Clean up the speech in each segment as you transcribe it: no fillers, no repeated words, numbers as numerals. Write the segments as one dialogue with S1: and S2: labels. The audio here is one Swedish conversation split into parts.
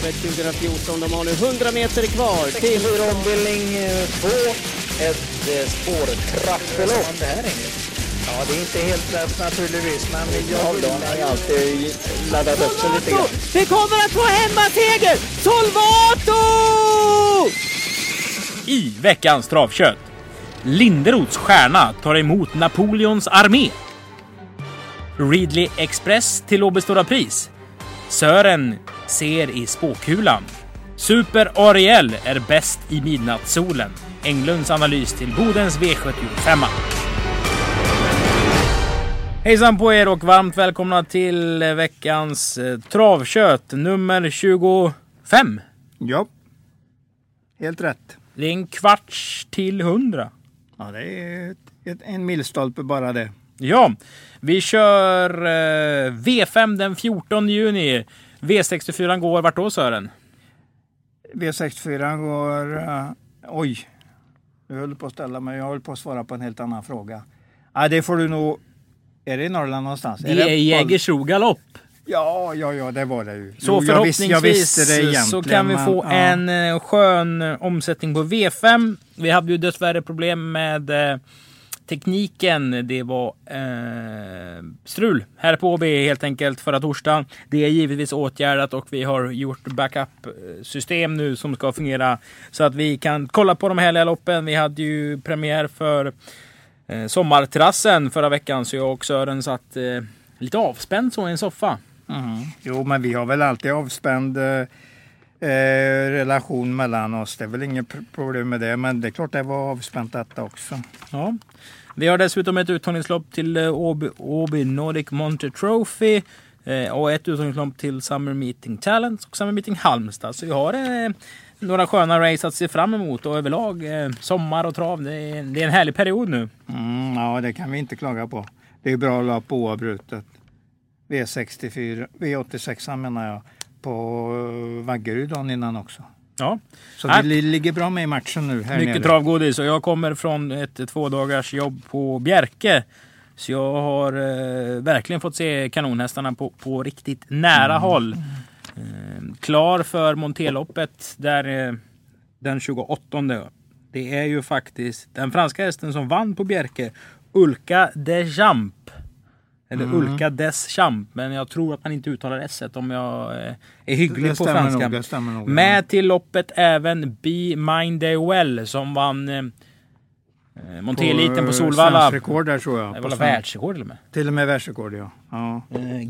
S1: loppet 2014. De har nu 100 meter kvar till
S2: ombildning 2. Ett spårtrappelopp. Ja, det är inte helt lätt naturligtvis, men jag har alltid laddat upp sig lite grann.
S1: Vi kommer att få hemmaseger! Solvato!
S3: I veckans travkött. Linderoths stjärna tar emot Napoleons armé. Ridley Express till Åby Stora Pris. Sören ser i spåkulan. Super Ariel är bäst i midnattssolen. Englunds analys till Bodens V75. Hejsan på er och varmt välkomna till veckans travkött nummer 25.
S4: Ja, helt rätt.
S3: Det är en kvarts till 100.
S4: Ja, det är en milstolpe bara det.
S3: Ja, vi kör V5 den 14 juni. V64 går vart då, Sören?
S4: V64 går... oj, du höll på att ställa mig. Jag höll på att svara på en helt annan fråga. Ja, det får du nog... Är det i Norrland någonstans?
S3: Det är Jägersro galopp.
S4: Ja, det var det ju.
S3: Så förhoppningsvis jag visste det egentligen, så kan vi få en skön omsättning på V5. Vi hade ju dessvärre problem med tekniken. Det var strul här på Åby helt enkelt förra torsdagen. Det är givetvis åtgärdat och vi har gjort backup-system nu som ska fungera så att vi kan kolla på de här loppen. Vi hade ju premiär för sommarterrassen förra veckan, så jag och Sören satt lite avspänd så i en soffa.
S4: Jo, men vi har väl alltid avspänd relation mellan oss. Det är väl inget problem med det, men det är klart det var avspänt detta också.
S3: Ja. Vi har dessutom ett uttagningslopp till Åby Nordic Monte Trophy och ett uttagningslopp till Summer Meeting Talents och Summer Meeting Halmstad. Så vi har några sköna race att se fram emot och överlag sommar och trav. Det är en härlig period nu.
S4: Ja, det kan vi inte klaga på. Det är bra att ha på oavbrutet. V86 menar jag på Vaggeryd dagen innan också.
S3: Ja.
S4: Så vi ligger bra med i matchen nu här
S3: mycket nere. Travgodis och jag kommer från ett 2 dagars jobb på Bjerke. Så jag har verkligen fått se kanonhästarna på riktigt nära håll. Klar för Monteloppet där den 28. Det är ju faktiskt den franska hästen som vann på Bjerke, Ulka Deschamps. Eller Ulka Deschamps, men jag tror att man inte uttalar S-et om jag är hygglig på franska.
S4: Det stämmer nog.
S3: Med till loppet även Be Mine Day Well som vann Monteliten på Solvalla.
S4: Världsrekord där tror jag.
S3: Det var världsrekord till och med.
S4: Till och med världsrekord, ja.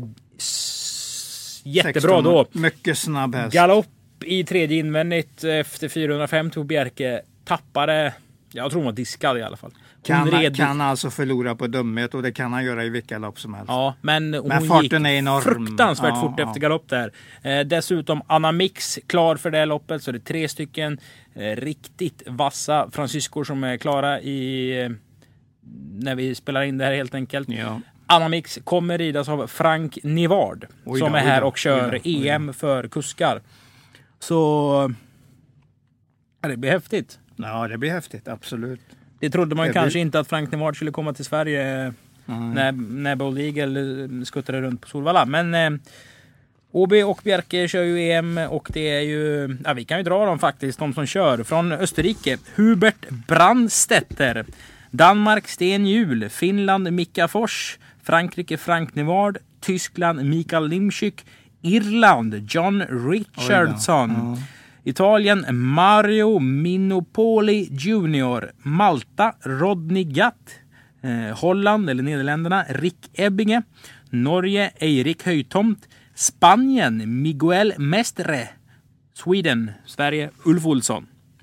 S3: Jättebra
S4: 16,
S3: då.
S4: Mycket snabb häst.
S3: Galopp i tredje invändigt efter 450 på Bjerke. Tappade, jag tror hon var diskad i alla fall.
S4: Kan alltså förlora på dumhet och det kan han göra i vilka lopp som helst.
S3: Ja, men hon
S4: farten
S3: gick
S4: är enorm.
S3: Fruktansvärt fort efter galopp där. Dessutom Anna Mix klar för det loppet, så det är 3 stycken riktigt vassa fransyskor som är klara när vi spelar in det här helt enkelt.
S4: Ja.
S3: Anna Mix kommer ridas av Frank Nivard som är här och kör EM för kuskar. Så det blir häftigt.
S4: Ja, det blir häftigt, absolut.
S3: Det trodde man kanske inte att Frank Nivard skulle komma till Sverige när Bold Eagle skuttade runt på Solvalla. Men Åby och Bjerke kör ju EM och det är ju, vi kan ju dra dem faktiskt, de som kör. Från Österrike, Hubert Brandstetter. Danmark, Sten Hjul. Finland, Mika Fors. Frankrike, Frank Nivard. Tyskland, Mikael Limczyk. Irland, John Richardson. Italien, Mario Minopoli Junior. Malta, Rodney Gatt. Holland, eller Nederländerna, Rick Ebbinge. Norge, Eirik Höjtomt. Spanien, Miguel Mestre. Sweden, Sverige, Ulf Olsson.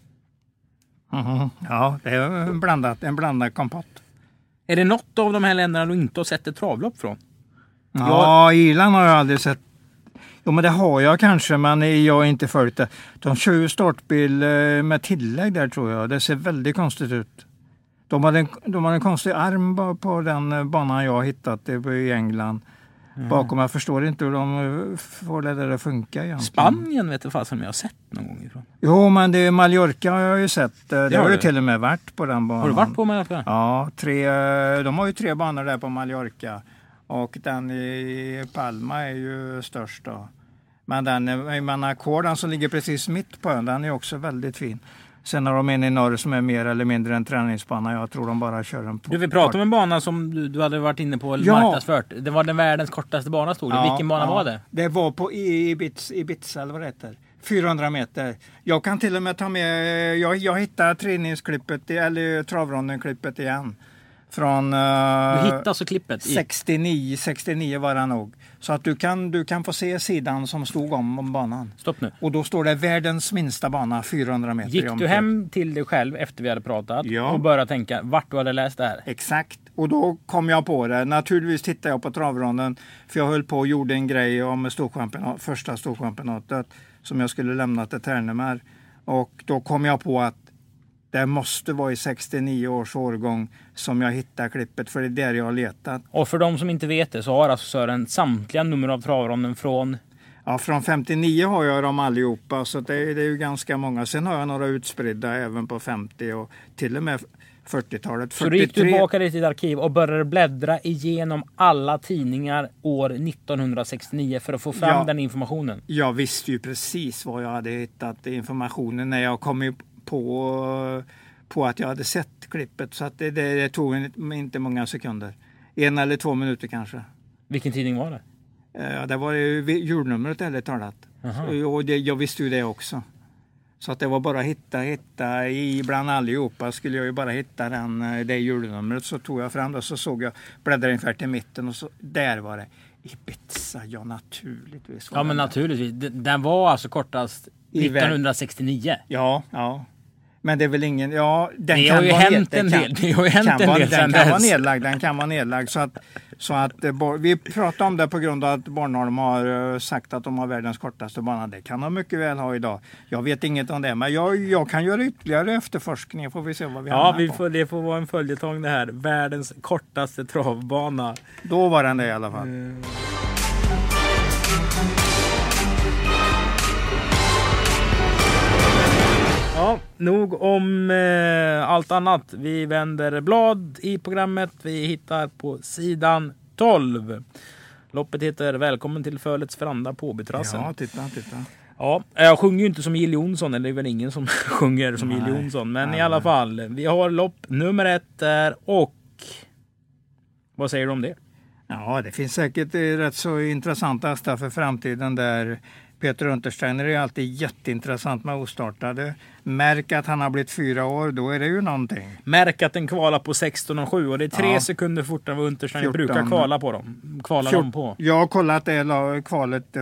S4: Ja, det är en blandad kompott.
S3: Är det något av de här länderna du inte har sett ett travlopp från?
S4: Ja, Irland har jag aldrig sett. Jo, men det har jag kanske, men jag har inte följt det. De kör ju startbil med tillägg där tror jag. Det ser väldigt konstigt ut. De har en konstig arm på den banan jag har hittat i England. Bakom, jag förstår inte hur de får det där att funka egentligen.
S3: Spanien vet jag fast som jag har sett någon gång ifrån.
S4: Jo, men det är Mallorca har jag ju sett. Det har ju till och med varit på den banan.
S3: Har du varit på Mallorca?
S4: Ja, de har ju 3 banor där på Mallorca. Och den i Palma är ju störst då. Men den ackorden som ligger precis mitt på ön, den är också väldigt fin. Sen har de en i norr som är mer eller mindre en träningsbana. Jag tror de bara kör den på.
S3: Du vill prata om en bana som du hade varit inne på marknadsfört. Det var den världens kortaste bana stod det. Vilken bana var det?
S4: Det var på Ibiza eller vad det heter. 400 meter. Jag kan till och med ta med, jag hittade träningsklippet eller travrondenklippet igen. Från
S3: du hittade så klippet?
S4: 69 var det nog. Så att du kan få se sidan som stod om banan.
S3: Stopp nu.
S4: Och då står det världens minsta bana, 400 meter.
S3: Gick du hem till dig själv efter vi hade pratat och började tänka vart du hade läst det här?
S4: Exakt. Och då kom jag på det. Naturligtvis tittade jag på travronden. För jag höll på och gjorde en grej om första storchampionatet som jag skulle lämna till Tärnemar. Och då kom jag på att det måste vara i 69 års årgång som jag hittar klippet, för det är där jag har letat.
S3: Och för de som inte vet det så har alltså Sören samtliga nummer av travronden från...
S4: Ja, från 59 har jag dem allihopa, så det är ju ganska många. Sen har jag några utspridda även på 50 och till och med 40-talet.
S3: Så du gick tillbaka i ditt arkiv och började bläddra igenom alla tidningar år 1969 för att få fram den informationen? Jag
S4: visste ju precis vad jag hade hittat informationen när jag kom på att jag hade sett klippet, så att det tog inte många sekunder. 1 eller 2 minuter kanske.
S3: Vilken tidning var det?
S4: Det var julnumret ärligt talat. Och jag visste ju det också. Så att det var bara hitta bland allihopa skulle jag ju bara hitta det julnumret, så tog jag fram det och så såg jag bläddra ungefär till mitten och så där var det. Ibiza, ja naturligtvis.
S3: Ja men naturligtvis. Den var alltså kortast 1969.
S4: Ja. Men det är väl ingen... Ja, den
S3: det
S4: kan
S3: har ju
S4: vara
S3: hänt en del. Det har ju hänt en del.
S4: Den kan vara nedlagd. Så att vi pratar om det på grund av att Bornholm har sagt att de har världens kortaste bana. Det kan de mycket väl ha idag. Jag vet inget om det, men jag kan göra ytterligare efterforskning. Får vi se vad vi hamnar på.
S3: Det får vara en följetong det här. Världens kortaste travbana.
S4: Då var den det i alla fall.
S3: Ja, nog om allt annat. Vi vänder blad i programmet. Vi hittar på sidan 12. Loppet heter Välkommen till Fölets Franda på Åbytrassen.
S4: Ja, titta.
S3: Ja, jag sjunger ju inte som Jill Johnson, eller det är väl ingen som sjunger som Jill Johnson. Men i alla fall, vi har lopp nummer 1 där och... Vad säger du om det?
S4: Ja, det finns säkert rätt så intressanta hästar för framtiden där. Peter Untersteiner är alltid jätteintressant med ostartade. Märk att han har blivit 4 år, då är det ju någonting.
S3: Märk att den kvalar på 16,7 och det är 3 sekunder fortare än vad Untersteiner brukar kvala på dem. Dem på.
S4: Jag har kollat det kvalet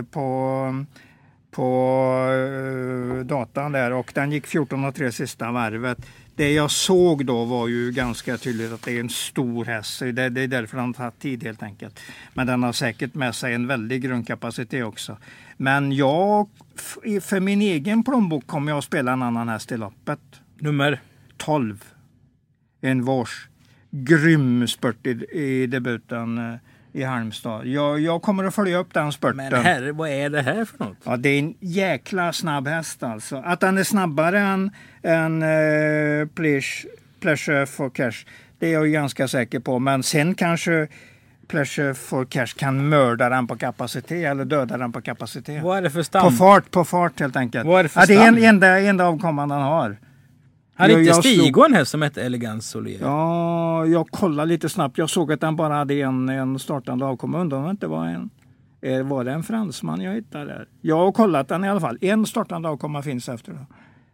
S4: på datan där och den gick 14,3 sista varvet. Det jag såg då var ju ganska tydligt att det är en stor häst. Det är därför den har tagit tid helt enkelt. Men den har säkert med sig en väldig grundkapacitet också. Men för min egen plånbok kommer jag att spela en annan häst i loppet.
S3: Nummer
S4: 12. En vars grym spurt i debuten i Halmstad. Jag kommer att följa upp den spurten.
S3: Men vad är det här för något?
S4: Ja, det är en jäkla snabb häst alltså. Att den är snabbare än Pleasure for Cash, det är jag ganska säker på. Men sen kanske Pleasure for Cash kan mörda den på kapacitet eller döda den på kapacitet.
S3: Vad är det för stam?
S4: På fart helt enkelt.
S3: Vad är det för stam?
S4: Det är enda avkomman den har.
S3: Hade inte Stigo en häst som hette Elegance Solier?
S4: Ja, jag kollade lite snabbt. Jag såg att den bara hade en startande avkomma. Undrar om det inte var det en fransman jag hittade där. Jag har kollat den i alla fall. En startande avkomma finns efter då.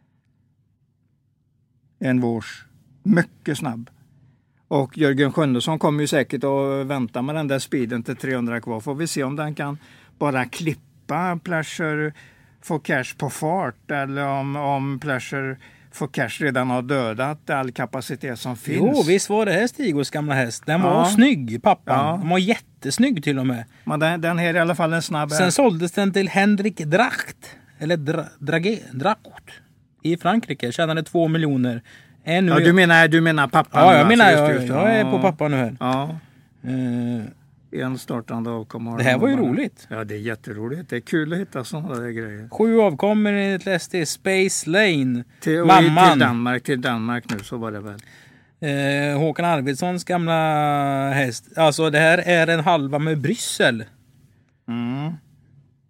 S4: En vårs. Mycket snabb. Och Jörgen Sjönnesson kommer ju säkert att vänta med den där speeden till 300 kvar. Får vi se om den kan bara klippa Pleasure for Cash på fart. Eller om Pleasure for Cash redan har dödat all kapacitet som finns.
S3: Jo, visst var det här Stigos gamla häst. Den var snygg, pappan. Ja. Den var jättesnygg till och med.
S4: Men den här är i alla fall en snabb häst.
S3: Sen såldes den till Henrik Dracht. Eller Dracht. I Frankrike. Tjänade 2 miljoner.
S4: Du menar pappan?
S3: Ja, jag är på pappa nu här.
S4: Ja. En startande avkommor.
S3: Det här var ju roligt.
S4: Ja, det är jätteroligt. Det är kul att hitta sådana där grejer.
S3: 7 avkommor enligt läste Space Lane.
S4: Mamman. Till Danmark nu, så var det väl.
S3: Håkan Arvidssons gamla häst. Alltså det här är en halva med Bryssel.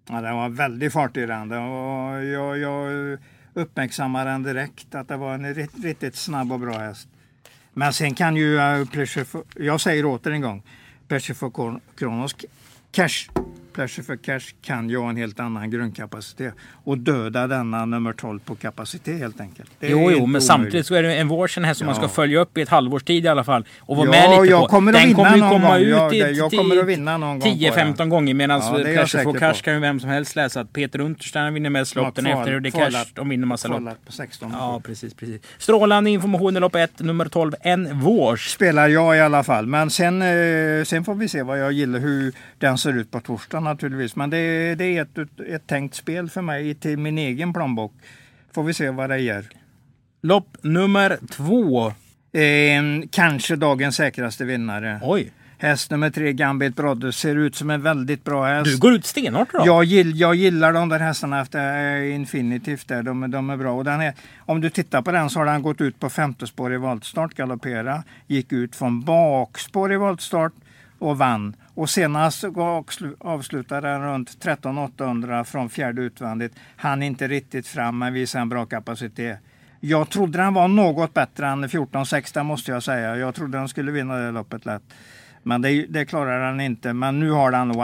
S4: Ja, det var väldigt fart i den. Och jag uppmärksammade den direkt att det var en riktigt snabb och bra häst. Men sen kan ju jag säger åter en gång, Pleasure for Kronos Pleasure for Cash kan ju ha en helt annan grundkapacitet och döda denna nummer 12 på kapacitet helt enkelt.
S3: Jo, men samtidigt så är det en Warsen här som man ska följa upp i ett halvårs tid i alla fall och vara med lite
S4: jag
S3: på.
S4: Kommer
S3: den
S4: att
S3: kommer ju komma
S4: gång.
S3: ut
S4: jag kommer att vinna någon gång
S3: 10-15 gånger medan Pleasure for Cash
S4: på.
S3: kan ju vem som helst läsa att Peter Untersteiner vinner mest lopp, den efter Rudy Cash de vinner massa lopp.
S4: På 16.
S3: Ja, precis. Strålande information i lopp 1, nummer 12, en Wars.
S4: Spelar jag i alla fall, men sen får vi se vad jag gillar, hur den ser ut på torsdag naturligtvis. Men det är ett tänkt spel för mig till min egen plånbok. Får vi se vad det gör.
S3: Lopp nummer 2.
S4: Kanske dagens säkraste vinnare.
S3: Oj.
S4: Häst nummer 3, Gambit Brothers, ser ut som en väldigt bra häst.
S3: Du går ut stenhårt då?
S4: Jag gillar de där hästarna efter Infinitiv där. De är bra. Och om du tittar på den så har den gått ut på 5:e spår i voltstart, galoppera. Gick ut från bakspår i voltstart och vann. Och senast avslutade den runt 13-800 från fjärde utvändigt. Han inte riktigt fram men visade en bra kapacitet. Jag trodde den var något bättre än 14-16 måste jag säga. Jag trodde den skulle vinna det loppet lätt. Men det klarar den inte. Men nu har den nog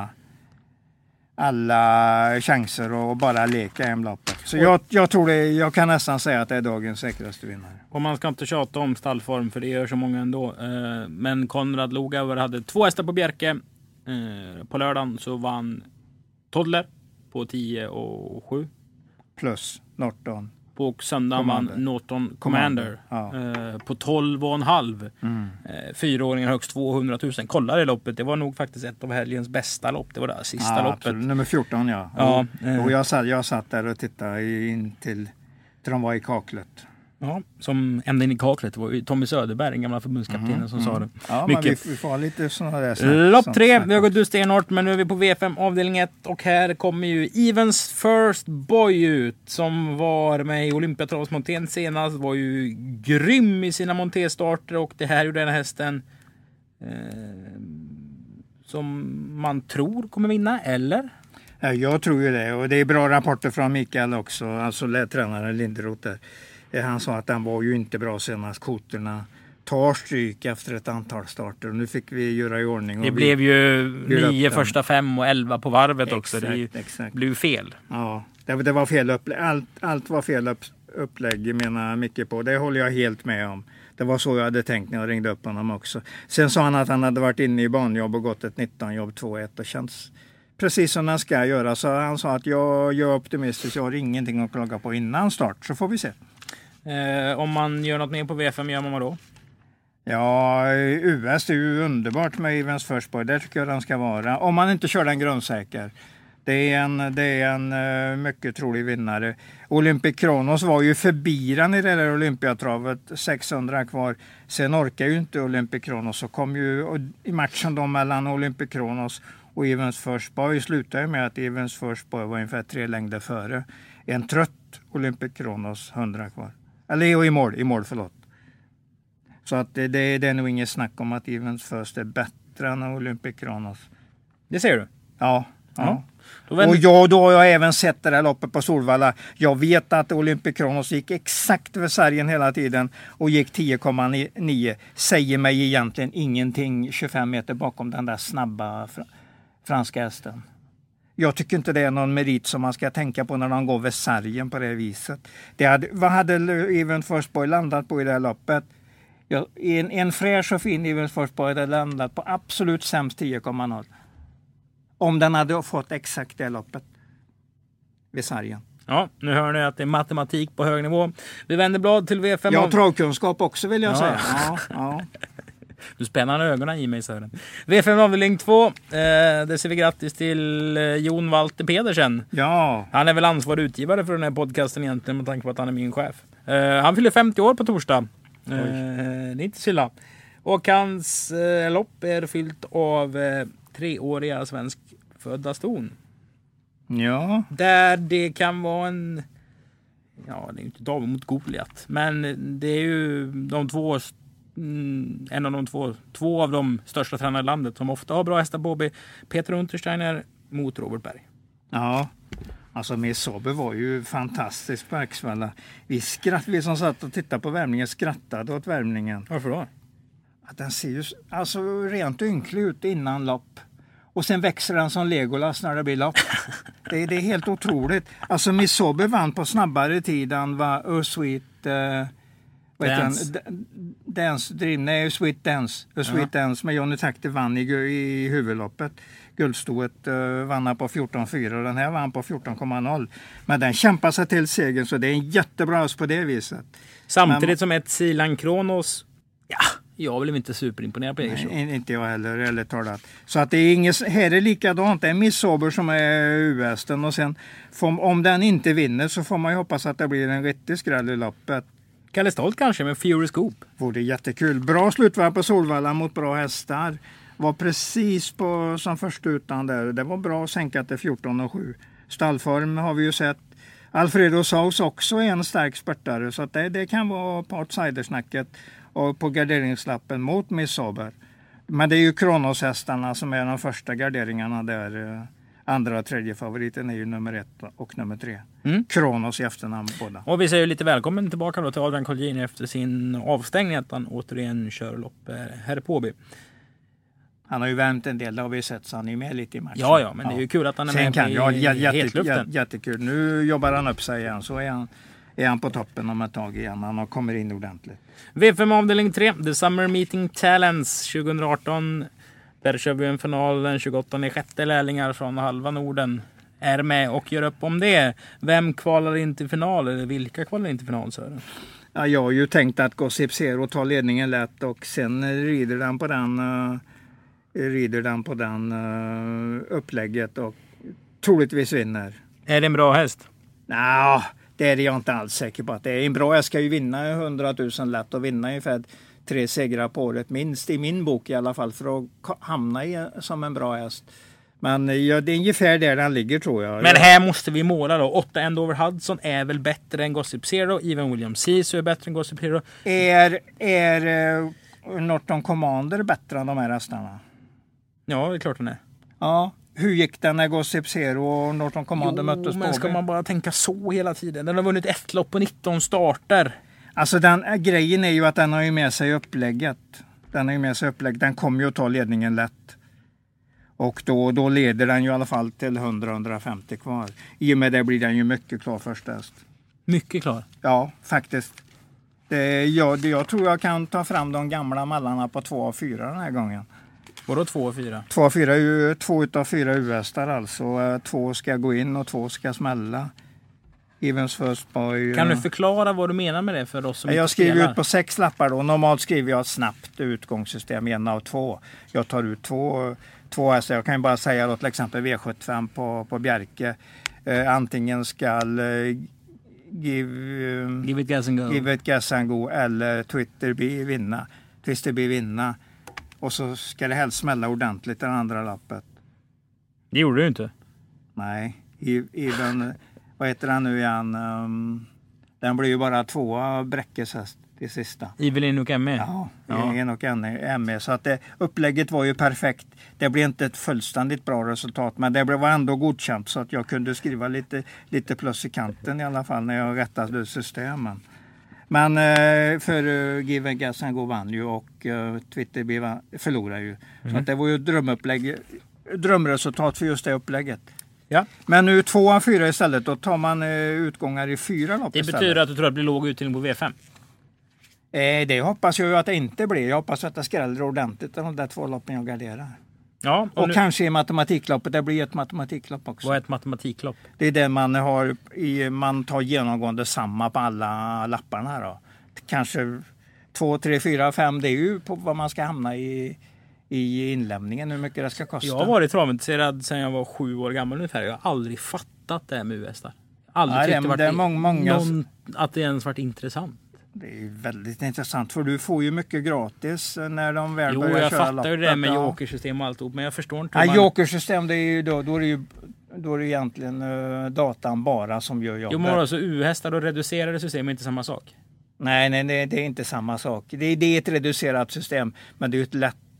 S4: alla chanser att bara leka hemloppet. Så jag tror jag kan nästan säga att det är dagens säkraste vinnare.
S3: Och man ska inte tjata om stallform för det gör så många ändå. Men Konrad Logauer hade 2 hästar på Bjerke. På lördagen så vann Toddler på 10,7.
S4: Plus Norton.
S3: På söndagen vann Norton Commander.
S4: Ja.
S3: På 12,5. 4-åringen högst 200 000. Kolla det loppet. Det var nog faktiskt ett av helgens bästa lopp. Det var det sista loppet.
S4: Absolut. Nummer 14 ja. Och jag satt där och tittade in till de var i kaklet.
S3: Ja, som ända in i kaklet var ju Tommy Söderberg, den gamla förbundskaptenen som sa det.
S4: Ja,
S3: mycket.
S4: Men vi får ha lite sådana där
S3: lopp 3, vi har gått ut stenhårt men nu är vi på V5 avdelning 1 och här kommer ju Evens First Boy ut som var med i Olympiatravsmontén senast, var ju grym i sina montéstarter och det här gjorde den här hästen som man tror kommer vinna, eller?
S4: Jag tror ju det och det är bra rapporter från Mikael också, alltså tränaren Linderoth där. Han sa att den var ju inte bra senast. Koterna tar stryk efter ett antal starter. Och nu fick vi göra i ordning. Och
S3: det blev ju 9 första 5 och 11 på varvet också. Det blev fel.
S4: Ja, det var fel upplägg. Allt var fel upplägg menar Micke på. Det håller jag helt med om. Det var så jag hade tänkt när jag ringde upp honom också. Sen sa han att han hade varit inne i banjobb och gått ett 19-jobb 2-1 och känns precis som den ska göra. Så han sa att jag är optimistisk. Jag har ingenting att klaga på innan start. Så får vi se.
S3: Om man gör något mer på V5 gör man vad då?
S4: Ja, US är ju underbart med Evens First Boy. Där tycker jag den ska vara. Om man inte kör den grundsäker. Det är en mycket trolig vinnare. Olympic Kronos var ju förbi den i det där Olympiatravet. 600 kvar. Sen orkar ju inte Olympic Kronos. Så kom ju i matchen då mellan Olympic Kronos och Evens First Boy slutade med att Evens First Boy var ungefär 3 längder före. En trött Olympic Kronos 100 kvar. Eller i mål, förlåt. Så att det är nog inget snack om att Evens First är bättre än Olympic Kronos.
S3: Det ser du?
S4: Ja.
S3: Och
S4: då har jag även sett det där loppet på Solvalla. Jag vet att Olympic Kronos gick exakt över sargen hela tiden och gick 10,9. Säger mig egentligen ingenting 25 meter bakom den där snabba franska hästen. Jag tycker inte det är någon merit som man ska tänka på när de går över sargen på det viset. Vad hade Evens First Boy landat på i det här loppet? Ja, en fräsch och fin Evens First Boy hade landat på absolut sämst 10,0. Om den hade fått exakt det loppet vid sargen.
S3: Ja, nu hör ni att det är matematik på hög nivå. Vi vänder blad till V5.
S4: Jag har travkunskap också vill jag säga. Ja.
S3: Du spänner ögonen i mig, Sören. V5 avdelning 2. Det ser vi grattis till Jon Walter Pedersen.
S4: Ja.
S3: Han är väl ansvarig utgivare för den här podcasten egentligen med tanke på att han är min chef. Han fyller 50 år på torsdag. Det är inte så illa. Och hans lopp är fyllt av 3-åriga svenskfödda ston.
S4: Ja.
S3: Där det kan vara en... Ja, det är inte David mot Goliat. Men det är ju de två... en av de två av de största tränarna i landet som ofta har bra hästar på. Peter Untersteiner mot Robert Berg.
S4: Ja, alltså Misobe var ju fantastisk på Axvalla. Vi som satt och tittade på värmningen skrattade åt värmningen.
S3: Varför då?
S4: Att den ser ju alltså rent ynklig ut innan lopp. Och sen växer den som Legolas när det blir lopp. Det är helt otroligt. Alltså Misobe vann på snabbare tid än vad Sweet Dance med Johnny Takter vann i huvudloppet. Guldstoet vann han på 14,4 och den här vann på 14,0. Men den kämpar sig till segern, så det är en jättebra häst på det viset.
S3: Samtidigt som ett Silan Kronos, jag blev inte superimponerad på Jägersro.
S4: Inte jag heller, eller talat. Så att det är inget, här är likadant. Det är Misober som är U-hästen och sen om den inte vinner så får man ju hoppas att det blir en riktig skräll i loppet.
S3: Kalle Stolt kanske med Fury Scoop.
S4: Vore jättekul. Bra slutvarv på Solvalla mot bra hästar. Var precis som först utan där. Det var bra att sänka till 14,7. Stallform har vi ju sett. Alfredo Saus också är en stark spurtare, så att det kan vara på outsidersnacket och på garderingslappen mot Misober. Men det är ju Kronos-hästarna som är de första garderingarna där. Andra och tredje favoriten är ju nummer 1 och nummer 3. Kronos i efternamn båda.
S3: Och vi säger lite välkommen tillbaka då till Adrian Colgjini efter sin avstängning, att han återigen kör lopp här på Åby.
S4: Han har ju värmt en del, det har vi sett, så han är med lite i matchen.
S3: Ja, men det är ju kul att han är med i hetluften.
S4: Jättekul. Nu jobbar han upp sig igen, så är han på toppen om ett tag igen. Han har kommit in ordentligt.
S3: V5 avdelning 3, The Summer Meeting Talents 2018. Där kör vi en final den 28/6. Lärlingar från halva Norden är med och gör upp om det. Vem kvalar in till final, eller vilka kvalar in till final, Sören?
S4: Ja, jag har ju tänkt att Gossip Zero tar ledningen lätt och sen rider den på den upplägget och troligtvis vinner.
S3: Är det en bra häst?
S4: Nej, det är jag inte alls säker på att det är. En bra häst ska ju vinna 100 000 lätt och vinna ungefär 3 segrar på året, minst i min bok i alla fall, för att hamna som en bra häst. Men det är ungefär där den ligger, tror jag.
S3: Men här måste vi måla då. 8 Endover Hudson är väl bättre än Gossip Zero. Even Williams Sisu är bättre än Gossip Zero.
S4: Är Norton Commander bättre än de här hästarna?
S3: Ja, det är klart den är.
S4: Ja. Hur gick den när Gossip Zero och Norton Commander möttes på?
S3: Men ska man bara tänka så hela tiden? Den har vunnit ett lopp på 19 starter.
S4: Alltså grejen är ju att den har ju med sig upplägget. Den kommer ju att ta ledningen lätt. Och då leder den ju i alla fall till 100-150 kvar. I och med det blir den ju mycket klar först häst.
S3: Mycket klar?
S4: Ja, faktiskt. Jag tror jag kan ta fram de gamla mallarna på 2 av 4 den här gången.
S3: Vadå 2 av 4?
S4: 2 av 4 är ju 2 utav 4 U-hästar alltså. 2 ska gå in och 2 ska smälla. Evens First Boy.
S3: Kan du förklara vad du menar med det för oss som
S4: jag skriver ut på 6 lappar då. Normalt skriver jag ett snabbt utgångssystem, 1 av 2. Jag tar ut 2 hästar. Jag kan ju bara säga då till exempel V75 på Bjerke. Antingen ska Give It Gas and Go eller Twister B vinna. Och så ska det helst smälla ordentligt den andra lappet.
S3: Det gjorde du inte.
S4: Nej. Even, vad heter den nu igen? Den blir ju bara 2 av Bräckes häst till sista.
S3: Evelyn och Emmy.
S4: Ja, Evelyn och Emmy. Så att upplägget var ju perfekt. Det blev inte ett fullständigt bra resultat, men det var ändå godkänt, så att jag kunde skriva lite plus i kanten i alla fall när jag rättade systemen. Men för Give a Gas and Go vann ju och Twitter förlorade ju. Så att det var ju drömresultat för just det upplägget.
S3: Ja.
S4: Men nu 2 av 4 istället, då tar man utgångar i 4 lopp istället.
S3: Det betyder att du tror att det blir låg utdelning på V5?
S4: Det hoppas jag ju att det inte blir. Jag hoppas att det skräller ordentligt de där 2 loppen jag garderar.
S3: Ja,
S4: och nu kanske i matematikloppet, det blir ett matematiklopp också.
S3: Vad är ett matematiklopp?
S4: Det är det man tar genomgående samma på alla lapparna då. Kanske 2, 3, 4, 5, det är ju på vad man ska hamna i inlämningen, hur mycket det ska kosta.
S3: Jag har varit travintresserad sedan jag var 7 år gammal ungefär. Jag har aldrig fattat det här med U-hästar. Aldrig tyckt att det ens varit intressant.
S4: Det är väldigt intressant, för du får ju mycket gratis när de väl börjar köra loppet.
S3: Jo, jag fattar ju det med jokersystem och alltihop, men jag förstår inte.
S4: Ja, jokersystem, det är ju då är det egentligen datan bara som gör jobbet.
S3: Jo, men alltså U-hästar och reducerade system är inte samma sak.
S4: Nej, det är inte samma sak. Det är ett reducerat system, men det är ju ett lätt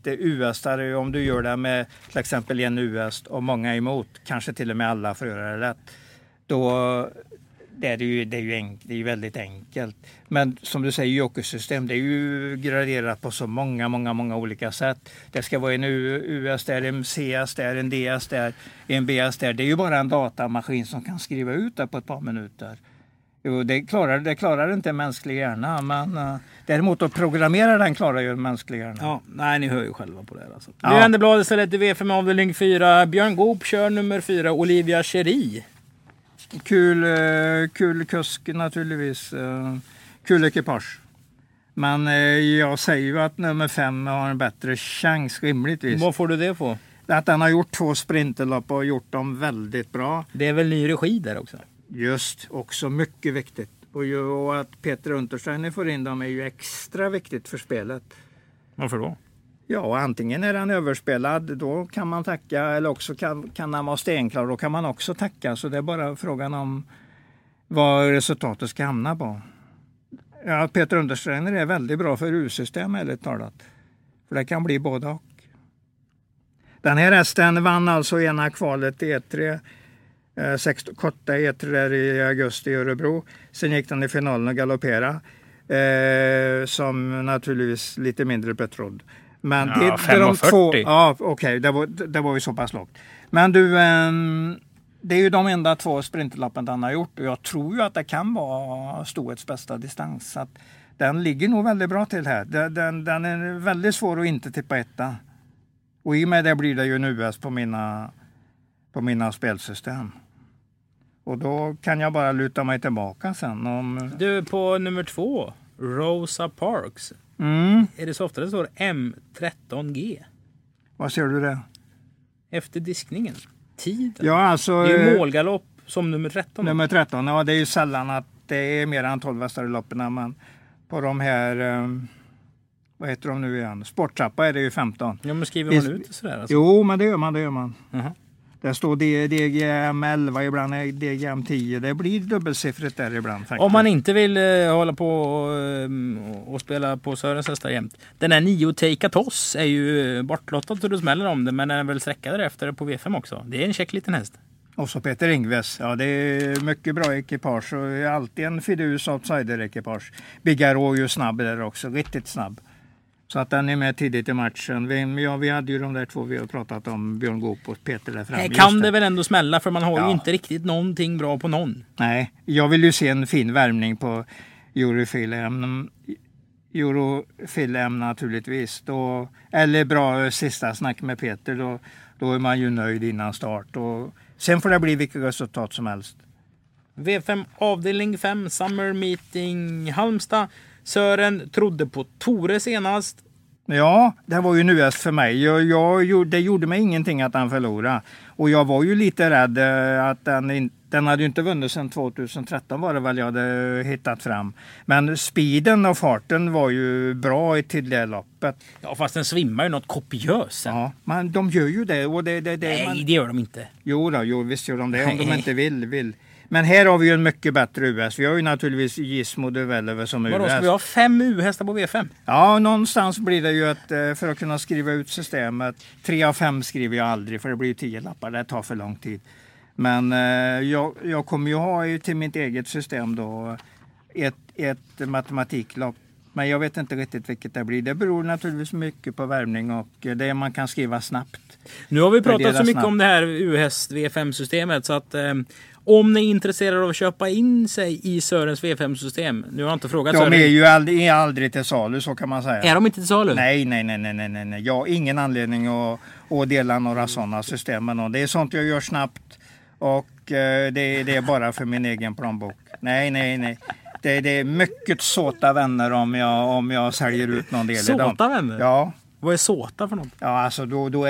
S4: US-are, om du gör det med till exempel en US och många emot, kanske till och med alla förare rätt, då det är ju väldigt enkelt. Men som du säger, jokers-system, det är ju graderat på så många olika sätt. Det ska vara en US där, en CS där, en DS där, en BS där. Det är ju bara en datamaskin som kan skriva ut det på ett par minuter. Jo, det klarar inte en mänsklig hjärna, men däremot att programmera den klarar ju en mänsklig hjärna.
S3: Ja, nej, ni hör ju själva på det här alltså.
S4: Ja.
S3: Vi vänder blad istället i V5 avdelning 4. Björn Goop kör nummer 4, Olivia Cherie.
S4: Kul kusk naturligtvis. Kul ekipage. Men jag säger ju att nummer 5 har en bättre chans rimligtvis.
S3: Vad får du det på?
S4: Att han har gjort 2 sprinterlopp och gjort dem väldigt bra.
S3: Det är väl ny regi där också?
S4: Just, också mycket viktigt. Och att Peter Untersteiner får in dem är ju extra viktigt för spelet.
S3: Varför då?
S4: Ja, antingen är han överspelad, då kan man tacka, eller också kan han vara stenklar, då kan man också tacka. Så det är bara frågan om vad resultatet ska hamna på. Ja, Peter Untersteiner är väldigt bra för U-system, ärligt talat. För det kan bli både och. Den här hästen vann alltså ena kvalet i E3. Korta E3 där i augusti i Örebro. Sen gick den i finalen och galopperade. Som naturligtvis lite mindre betrodd. Men
S3: ja,
S4: det är de 2. Ja, okej, det var ju så pass lågt. Men du, det är ju de enda 2 sprinterlappen han har gjort. Och jag tror ju att det kan vara Stoets bästa distans. Så att den ligger nog väldigt bra till här. Den är väldigt svår att inte tippa etta. Och i och med det blir det ju en US på mina spelsystem. Och då kan jag bara luta mig tillbaka sen.
S3: Du, på nummer 2, Rosa Parks. Är det så ofta det står M13G?
S4: Vad ser du det?
S3: Efter diskningen. Tiden.
S4: Ja, alltså,
S3: det är ju målgalopp som nummer 13.
S4: Nummer 13, ja, det är ju sällan att det är mer än 12 västare loppen. Men på de här, vad heter de nu igen? Sporttrappa är det ju 15.
S3: Ja, men skriver man ut det sådär? Alltså?
S4: Jo, men det gör man.
S3: Uh-huh.
S4: Det står DGM 11, ibland är DGM 10. Det blir dubbelsiffrigt där ibland faktiskt.
S3: Om man inte vill hålla på och spela på Sörens hästar jämt. Den här 9 Take Toss är ju bortlottad så du smäller om det, men den är väl sträckad efter på V5 också. Det är en check liten häst.
S4: Och så Peter Ingves. Ja, det är mycket bra ekipage och är alltid en fidus outsider-ekipage. Bigaro är ju snabb där också, riktigt snabb. Så att den är med tidigt i matchen. Vi hade ju de där 2 vi har pratat om, Björn Goop och Peter där framme.
S3: Kan det väl ändå smälla, för man har ju inte riktigt någonting bra på någon.
S4: Nej, jag vill ju se en fin värmning på Eurofil-M naturligtvis. Eller bra sista snack med Peter, då är man ju nöjd innan start. Och sen får det bli vilket resultat som helst.
S3: V5 avdelning 5, Summer Meeting Halmstad. Sören trodde på Tore senast.
S4: Ja, det var ju en US för mig. Det gjorde mig ingenting att han förlorade. Och jag var ju lite rädd att den hade ju inte vunnit sedan 2013 var det väl jag hade hittat fram. Men speeden och farten var ju bra i tidigare loppet.
S3: Ja, fast den svimmar ju något kopiöst.
S4: Ja, men de gör ju det. Och
S3: Nej, det gör de inte.
S4: Jo, visst gör de det om de inte vill. Men här har vi ju en mycket bättre US. Vi har ju naturligtvis Gizmo Developer som US.
S3: Vadå, ska vi ha 5 U-hästar på V5?
S4: Ja, någonstans blir det ju att för att kunna skriva ut systemet. 3 av 5 skriver jag aldrig, för det blir ju 10 lappar. Det tar för lång tid. Men jag kommer ju ha till mitt eget system då ett matematiklopp. Men jag vet inte riktigt vilket det blir. Det beror naturligtvis mycket på värmning och det man kan skriva snabbt.
S3: Nu har vi pratat så mycket om det här U-häst V5-systemet så att om ni är intresserade av att köpa in sig i Sörens V5-system. Nu har jag inte frågat
S4: Sören. De är ju aldrig till salu, så kan man säga.
S3: Är de inte till salu?
S4: Nej. Jag har ingen anledning att dela några sådana system med någon. Det är sånt jag gör snabbt och det är bara för min egen plånbok. Nej. Det är mycket såta vänner om jag säljer ut någon del i dem.
S3: Såta vänner?
S4: Ja.
S3: Vad är såta för något?
S4: Ja, alltså då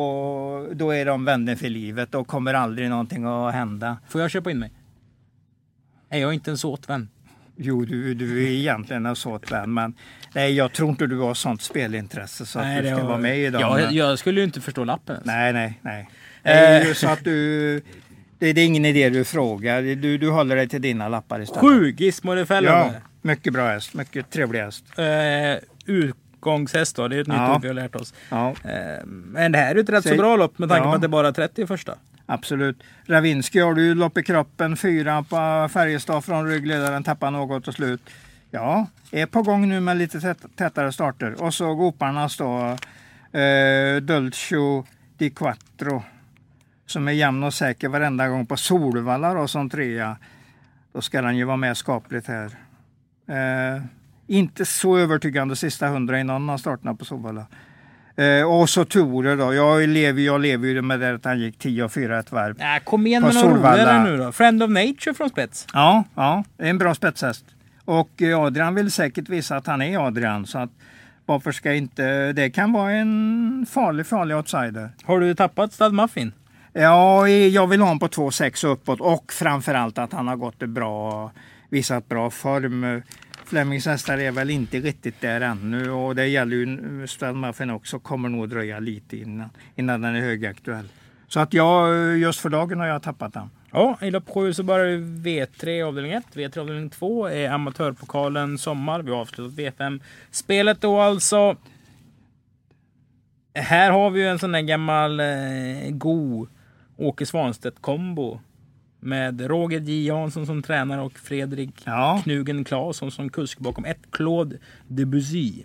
S4: är de vänner för livet och kommer aldrig någonting att hända.
S3: Får jag köpa in mig? Är jag inte en såt vän?
S4: Jo, du är egentligen en såt vän, men nej, jag tror inte du har sånt spelintresse så att du ska vara med i dem.
S3: Jag skulle ju inte förstå lappen.
S4: Nej. Det är ju så att det är ingen idé du frågar. Du håller dig till dina lappar istället.
S3: 7 Gizmo Developer.
S4: Ja, mycket bra häst. Mycket trevlig häst.
S3: uppgångshäst då. Det är ett nytt ord vi har lärt oss.
S4: Ja.
S3: Men det här är ju ett rätt så bra lopp med tanke på att det bara är 30 första.
S4: Absolut. Ravinsky har du lopp i kroppen, 4 på Färjestad från ryggledaren, tappar något och slut. Ja, är på gång nu med lite tätare starter. Och så goparnas då Dulcio di Quattro som är jämn och säker varenda gång på Solvalla då, som 3. Då ska den ju vara med skapligt här. Inte så övertygande sista 100 innan han startade på Solvalla. Och så Tore då. Jag lever ju med det att han gick 10-4 ett varv.
S3: Kom igen med några roligare nu då. Friend of Nature från spets.
S4: Ja, det är en bra spetshäst. Och Adrian vill säkert visa att han är Adrian. Så att varför ska inte... Det kan vara en farlig outsider.
S3: Har du tappat Stad Muffin?
S4: Ja, jag vill ha honom på 2,6 uppåt. Och framförallt att han har gått visat bra form. Flemings hästar är väl inte riktigt där ännu. Och det gäller ju Stad Muffin också. Kommer nog dröja lite innan den är högaktuell. Så att just för dagen har jag tappat den.
S3: Ja, i lopp 7 så börjar V3 avdelning 1. V3 avdelning 2 är amatörpokalen sommar. Vi har avslutat V5-spelet då alltså. Här har vi ju en sån där gammal god Åke Svanstedt-kombo. Med Roger J. Jansson som tränare och Fredrik Knugen Claesson som kusk bakom ett Claude Debussy.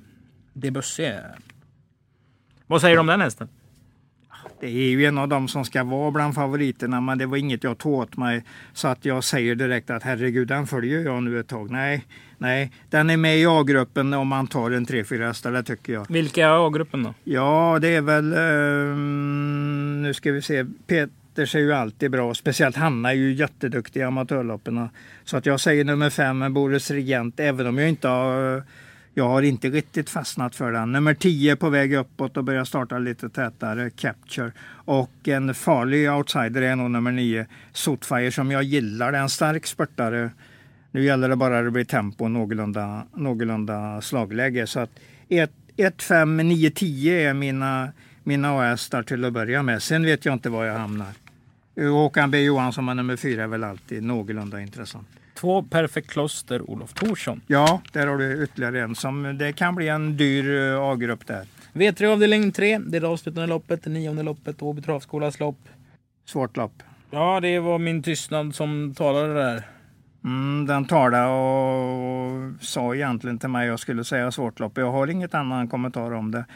S3: Vad säger du om den hästen?
S4: Det är ju en av dem som ska vara bland favoriterna, men det var inget jag tog åt mig. Så att jag säger direkt att herregud, den följer jag nu ett tag. Nej, den är med i A-gruppen om man tar en 3-4 hästar, det tycker jag.
S3: Vilka är A-gruppen då?
S4: Ja, det är väl... nu ska vi se... Peter är ju alltid bra. Speciellt Hanna är ju jätteduktig i amatörlopperna. Så att jag säger nummer 5, Boris Regent, även om jag har inte riktigt fastnat för den. Nummer 10 på väg uppåt och börjar starta lite tätare, Capture. Och en farlig outsider är nog nummer 9, Sotfire, som jag gillar. Det är en stark spurtare. Nu gäller det bara att det blir tempo någorlunda slagläge. Så att 1, 5, 9, 10 är mina hästar till att börja med. Sen vet jag inte var jag hamnar. Håkan B. Johansson med nummer 4 är väl alltid någorlunda intressant.
S3: 2 Perfect Kloster, Olof Thorsson.
S4: Ja, där har du ytterligare en som det kan bli en dyr A-grupp där.
S3: V3 avdelning 3, det är det avslutande loppet, det 9:e loppet, Åby Travskolas lopp.
S4: Svårt lopp.
S3: Ja, det var min tystnad som talade där.
S4: Den talade och sa egentligen till mig att jag skulle säga svårt lopp. Jag har inget annan kommentar om det.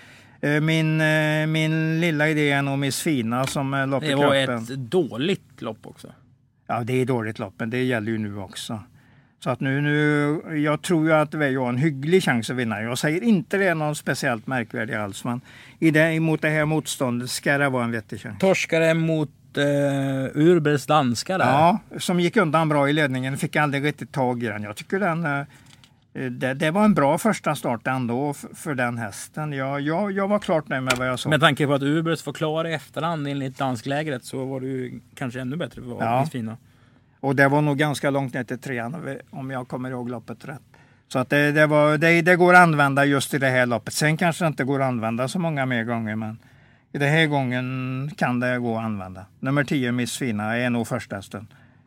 S4: Min lilla idé är nog Miss Fina som lopp i kroppen.
S3: Det var ett dåligt lopp också.
S4: Ja, det är dåligt lopp, men det gäller ju nu också. Så att nu jag tror ju att vi har en hygglig chans att vinna. Jag säger inte det är någon speciellt märkvärdig alls, men mot det här motståndet ska det vara en vettig chans.
S3: Torskare mot Urbers danska där.
S4: Ja, som gick undan bra i ledningen, fick aldrig riktigt tag i den. Jag tycker det var en bra första start ändå för den hästen. Jag var klart nöjd med vad jag såg.
S3: Med tanke på att Ubers var klar i efterhand enligt dansklägret så var det ju kanske ännu bättre för Miss Fina.
S4: Och det var nog ganska långt ner till 3:an om jag kommer ihåg loppet rätt. Så att det går att använda just i det här loppet. Sen kanske det inte går att använda så många mer gånger, men i den här gången kan det gå att använda. Nummer 10 Miss Fina är nog första hästen.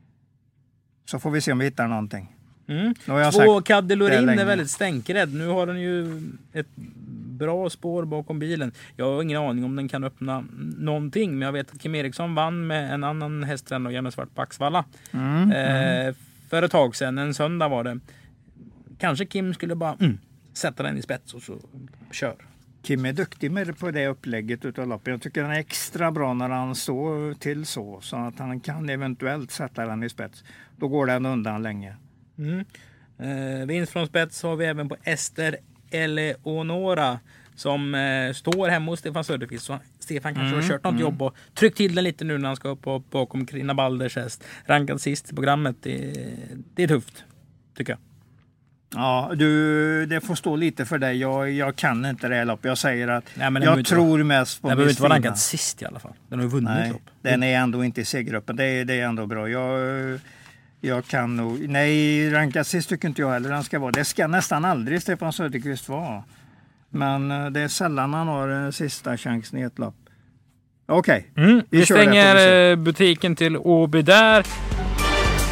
S4: Så får vi se om vi hittar någonting.
S3: 2 Caddelorin är väldigt stänkrädd. Nu har den ju ett bra spår bakom bilen. Jag har ingen aning om den kan öppna någonting, men jag vet att Kim Eriksson vann med en annan hästtränare och Janne Svart på Axvalla. För ett tag sedan, en söndag var det. Kanske Kim skulle bara sätta den i spets och så kör.
S4: Kim är duktig med på det upplägget utav loppet. Jag tycker den är extra bra när han står till så att han kan eventuellt sätta den i spets. Då går den undan länge.
S3: Vinst från spets har vi även på Ester Eleonora som står hemma hos Stefan Söderqvist. Så Stefan kanske har kört något jobb och tryckt till den lite nu när han ska upp bakom Carina Balders häst. Rankad sist i programmet. Det är tufft, tycker jag.
S4: Ja, det får stå lite för dig. Jag kan inte det här lopp. Jag säger att jag tror mest på
S3: den behöver inte vara rankad sist i alla fall. Den har ju vunnit lopp.
S4: Den är ändå inte i C-gruppen. Det är ändå bra. Jag kan nog... Nej, rankad sist tycker inte jag heller den ska vara. Det ska nästan aldrig Stefan Söderqvist vara. Men det är sällan han har sista chansen i ett lopp. Okej.
S3: Vi stänger butiken till Åby där.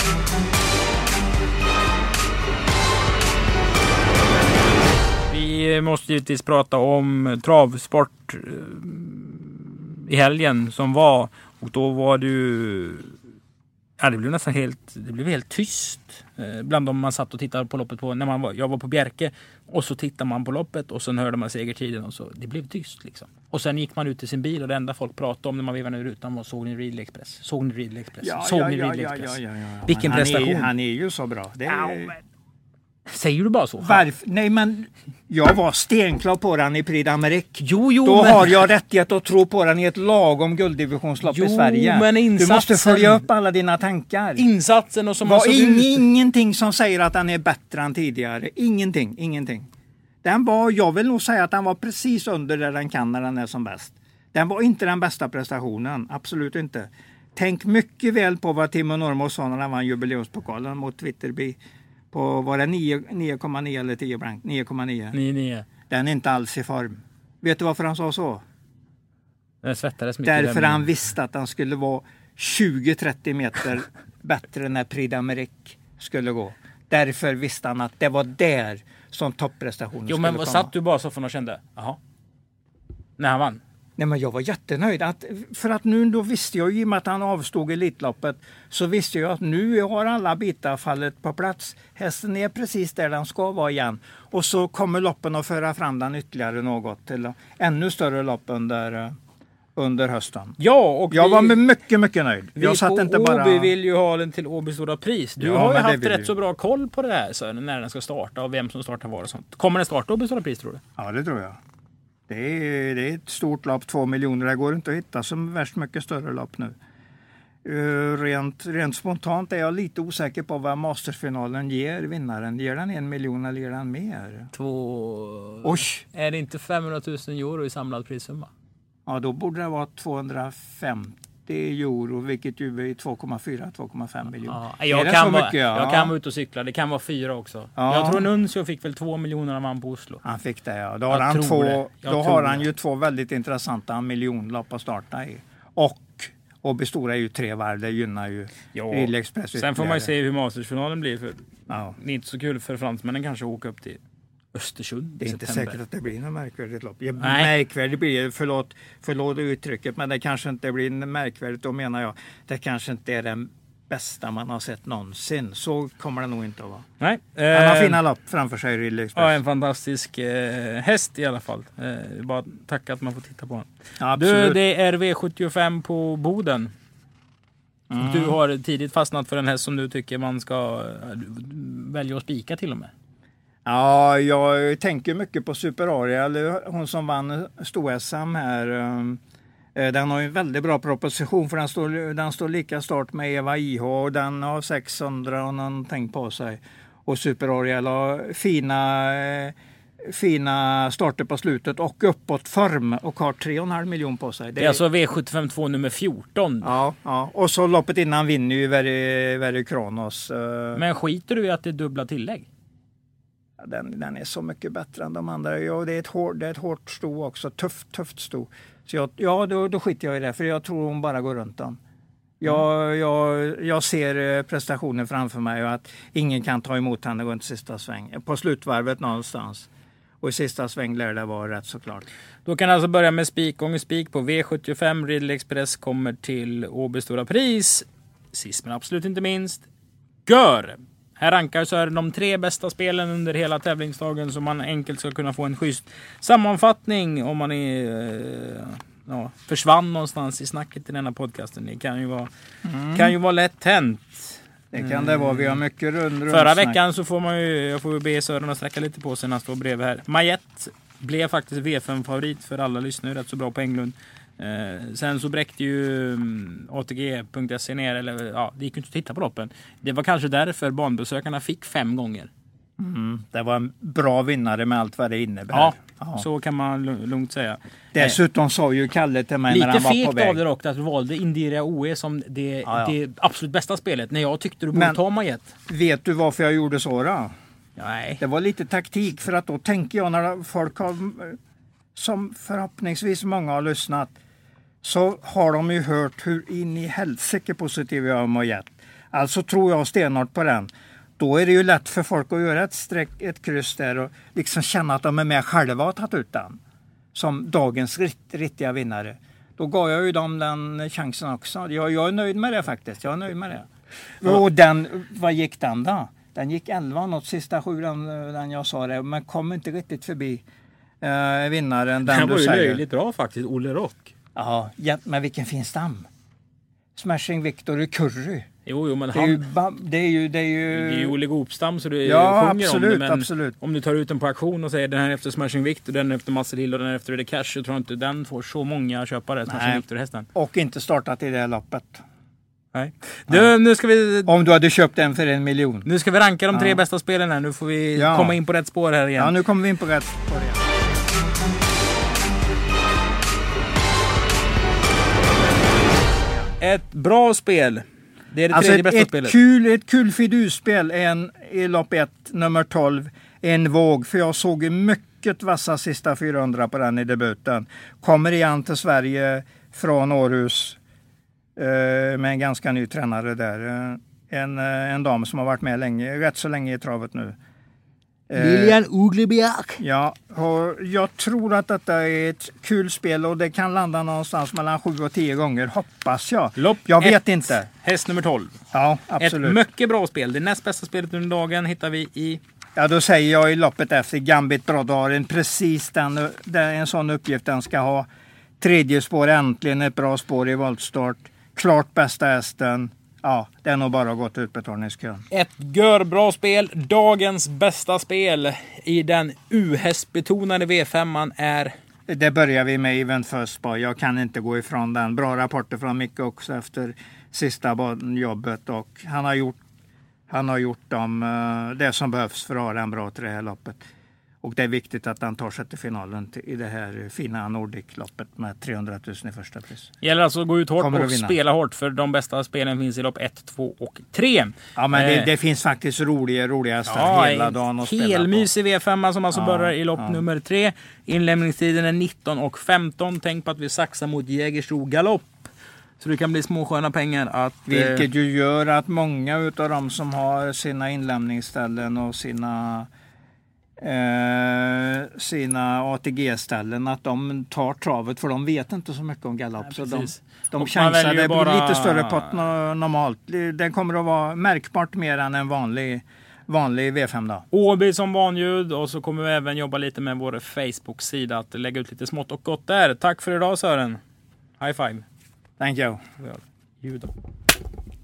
S3: Vi vi måste givetvis prata om travsport i helgen som var. Och då var det ju... Ja, det blev nästan helt tyst bland de man satt och tittade på loppet på. Jag var på Bjerke och så tittade man på loppet och sen hörde man segertiden och så det blev tyst liksom. Och sen gick man ut till sin bil och det enda folk pratade om när man vevade ner rutan var såg ni Ridley Express? Såg ni Ridley Express? Vilken prestation.
S4: Han är ju så bra. Det är...
S3: Säger du bara så?
S4: Nej, men jag var stenklar på den i Prix d'Amérique.
S3: Jo,
S4: då
S3: men...
S4: har jag rättighet att tro på den i ett lagom gulddivisionslopp i Sverige.
S3: Men
S4: du måste följa upp alla dina tankar.
S3: Insatsen och som
S4: ingenting som säger att den är bättre än tidigare. Ingenting. Jag vill nog säga att den var precis under där den kan när den är som bäst. Den var inte den bästa prestationen, absolut inte. Tänk mycket väl på vad Timo Normo sa när han vann jubileumspokalen mot Twitterby. På var det 9,9 eller 10 blank? 9,9.
S3: 9,9.
S4: Den är inte alls i form. Vet du varför han sa så?
S3: Den svettades mycket.
S4: Därför han visste att han skulle vara 20-30 meter bättre när Prix d'Amérique skulle gå. Därför visste han att det var där som topprestationen skulle komma.
S3: Jo, men satt du bara så för och kände? Jaha. När han vann?
S4: Nej, men jag var jättenöjd. För att nu då visste jag ju, i och med att han avstod Elitloppet, så visste jag att nu har alla bitar fallit på plats. Hästen är precis där den ska vara igen. Och så kommer loppen att föra fram den ytterligare något till ännu större lopp under hösten.
S3: Ja, och
S4: jag var mycket, mycket nöjd.
S3: Jag satt inte bara... Åby vill ju ha den till Åby Stora Pris. Du har ju haft rätt så bra koll på det här, så när den ska starta och vem som startar var och sånt. Kommer den starta Åby Stora Pris, tror du?
S4: Ja, det tror jag. Det är ett stort lopp, 2 miljoner. Det går inte att hitta som värst mycket större lopp nu. Rent spontant är jag lite osäker på vad Mastersfinalen ger vinnaren. Ger den 1 miljon eller ger den mer?
S3: 2...
S4: Oj!
S3: Är det inte 500 000 euro i samlad prissumma?
S4: Ja, då borde det vara 250 euro, vilket ju är 2,4-2,5 miljoner.
S3: Ja, jag kan vara ute och cykla. Det kan vara 4 också. Ja. Jag tror Nuncio fick väl 2 miljoner när man på Oslo.
S4: Han fick det, ja. Då har han ju 2 väldigt intressanta miljonlopp att starta i. Och Bestora är ju 3 varv. Det gynnar ju Ridley Express.
S3: Sen får man ju se hur Mastersfinalen blir. För det är inte så kul för fransmännen kanske att åka upp till Östersund.
S4: Det är inte säkert att det blir något märkvärdigt lopp. Märkvärdigt blir, förlåt uttrycket, men det kanske inte blir märkvärdigt. Då menar jag, det kanske inte är den bästa man har sett någonsin. Så kommer det nog inte att vara.
S3: Nej.
S4: Han har fina lopp framför sig, Ridley Express.
S3: Ja, en fantastisk häst i alla fall. Bara tacka att man får titta på honom.
S4: Ja, absolut.
S3: Det är V75 på Boden. Du har tidigt fastnat för en häst som du tycker man ska välja att spika till och med.
S4: Ja, jag tänker mycket på Super Ariel, hon som vann Sto-SM här. Den har ju en väldigt bra proposition, för den står lika start med Eva IH och den har 600 och någonting på sig. Och Super Ariel har fina starter på slutet och uppåt form och har 3,5 miljoner på sig.
S3: Det är alltså V75 nummer 14.
S4: Ja. Och så loppet innan vinner ju Very Kronos.
S3: Men skiter du i att det är dubbla tillägg?
S4: Den är så mycket bättre än de andra. Ja, det är ett hårt sto också. Tufft sto. Så då skiter jag i det. För jag tror hon bara går runt dem. Jag ser prestationen framför mig och att ingen kan ta emot henne runt sista sväng. På slutvarvet någonstans. Och i sista sväng lär det vara rätt såklart.
S3: Då kan alltså börja med spik på V75. Ridley Express kommer till Åby Stora Pris. Sist men absolut inte minst. Gör! Här rankar så är det de 3 bästa spelen under hela tävlingsdagen, så man enkelt ska kunna få en schysst sammanfattning om man försvann någonstans i snacket i denna podcasten. Det kan ju vara lätt hänt.
S4: Det kan det vara. Vi har mycket rund
S3: Förra veckan så får jag får be Sören att sträcka lite på sig när han står bredvid här. Majet blev faktiskt V5-favorit för alla lyssnare, rätt så bra på Englund. Sen så bräckte ju ATG.se ner, det gick inte att titta på loppen. Det var kanske därför banbesökarna fick 5 gånger.
S4: Det var en bra vinnare med allt vad det innebär.
S3: Ja. Så kan man lugnt säga.
S4: Dessutom sa ju Kalle till mig när han var på väg.
S3: Lite fegt av det dock att du valde Indiria OE som det absolut bästa spelet. När jag tyckte du borde ta Majet.
S4: Vet du varför jag gjorde så då?
S3: Nej.
S4: Det var lite taktik, för att då tänker jag när folk har, som förhoppningsvis många har lyssnat, så har de ju hört hur in i helsike positiv jag är Majet. Alltså tror jag stenhårt på den. då är det ju lätt för folk att göra ett kryss där och liksom känna att de är med själva och tagit ut den. Som dagens riktiga vinnare. Då gav jag ju dem den chansen också. Jag är nöjd med det faktiskt. Jag är nöjd med det. Och vad gick den då? Den gick 11 något sista 7 den jag sa det. Men kom inte riktigt förbi vinnaren.
S3: Den var ju löjligt bra faktiskt, Olle Rock.
S4: Ja, men vilken fin stam. Smashing Victor Curry.
S3: Jo, men
S4: det är ju
S3: Olle Gopstam så du
S4: ja,
S3: sjunger
S4: absolut,
S3: om det. Men
S4: absolut.
S3: om du tar ut den på auktion och säger den här efter Smashing Victor, den efter Muscle Hill och den efter The Cash, så tror jag inte den får så många köpare, Smashing Victor-hästen.
S4: Och inte startat i det här loppet.
S3: Nej. Nu ska vi...
S4: Om du hade köpt den för 1 miljon.
S3: Nu ska vi ranka de 3 bästa spelen här. Nu får vi komma in på rätt spår här igen.
S4: Ja, nu kommer vi in på rätt spår igen.
S3: Ett bra spel. Det är det tredje bästa spelet.
S4: Ett kul fidusspel i lopp 1, nummer 12. En våg, för jag såg mycket vassa sista 400 på den i debuten. Kommer igen till Sverige från Århus med en ganska ny tränare där. En dam som har varit med rätt så länge i travet nu.
S1: Lilian Uglebjerg.
S4: Ja, och jag tror att detta är ett kul spel och det kan landa någonstans mellan 7 och 10 gånger, hoppas jag. Jag vet inte.
S3: Häst nummer 12.
S4: Ja, absolut.
S3: Ett mycket bra spel. Det näst bästa spelet under dagen hittar vi i...
S4: Ja, då säger jag i loppet efter Gambit Brodaren precis en sån uppgift den ska ha. Tredje spår, äntligen ett bra spår i voltstart. Klart bästa hästen. Ja, det är nog bara gått utbetalningskön.
S3: Ett görbra spel. Dagens bästa spel i den U-hästbetonade V5-man är...
S4: Det börjar vi med Event First Boy. Jag kan inte gå ifrån den. Bra rapporter från Micke också efter sista jobbet. Och han har gjort det som behövs för att ha den bra till det här loppet. Och det är viktigt att han tar sig till finalen i det här fina Nordic-loppet med 300 000 i första pris.
S3: Gäller alltså att gå ut hårt och spela hårt, för de bästa spelen finns i lopp 1, 2 och 3.
S4: Ja, men det finns faktiskt roliga hästar hela dagen att spela på.
S3: Helmysig V5 som alltså börjar i lopp nummer 3. Inlämningstiden är 19:15. Tänk på att vi saxar mot Jägersro galopp. Så det kan bli småsköna pengar att...
S4: Vilket ju gör att många utav dem som har sina inlämningsställen och sina ATG-ställen, att de tar travet, för de vet inte så mycket om galopp.
S3: Ja,
S4: så de chansar, det blir lite större pott normalt. Den kommer att vara märkbart mer än en vanlig V5 då.
S3: Åby som vanljud, och så kommer vi även jobba lite med vår Facebook-sida att lägga ut lite smått och gott där. Tack för idag, Sören. High five.
S4: Thank you.
S3: Ljud då.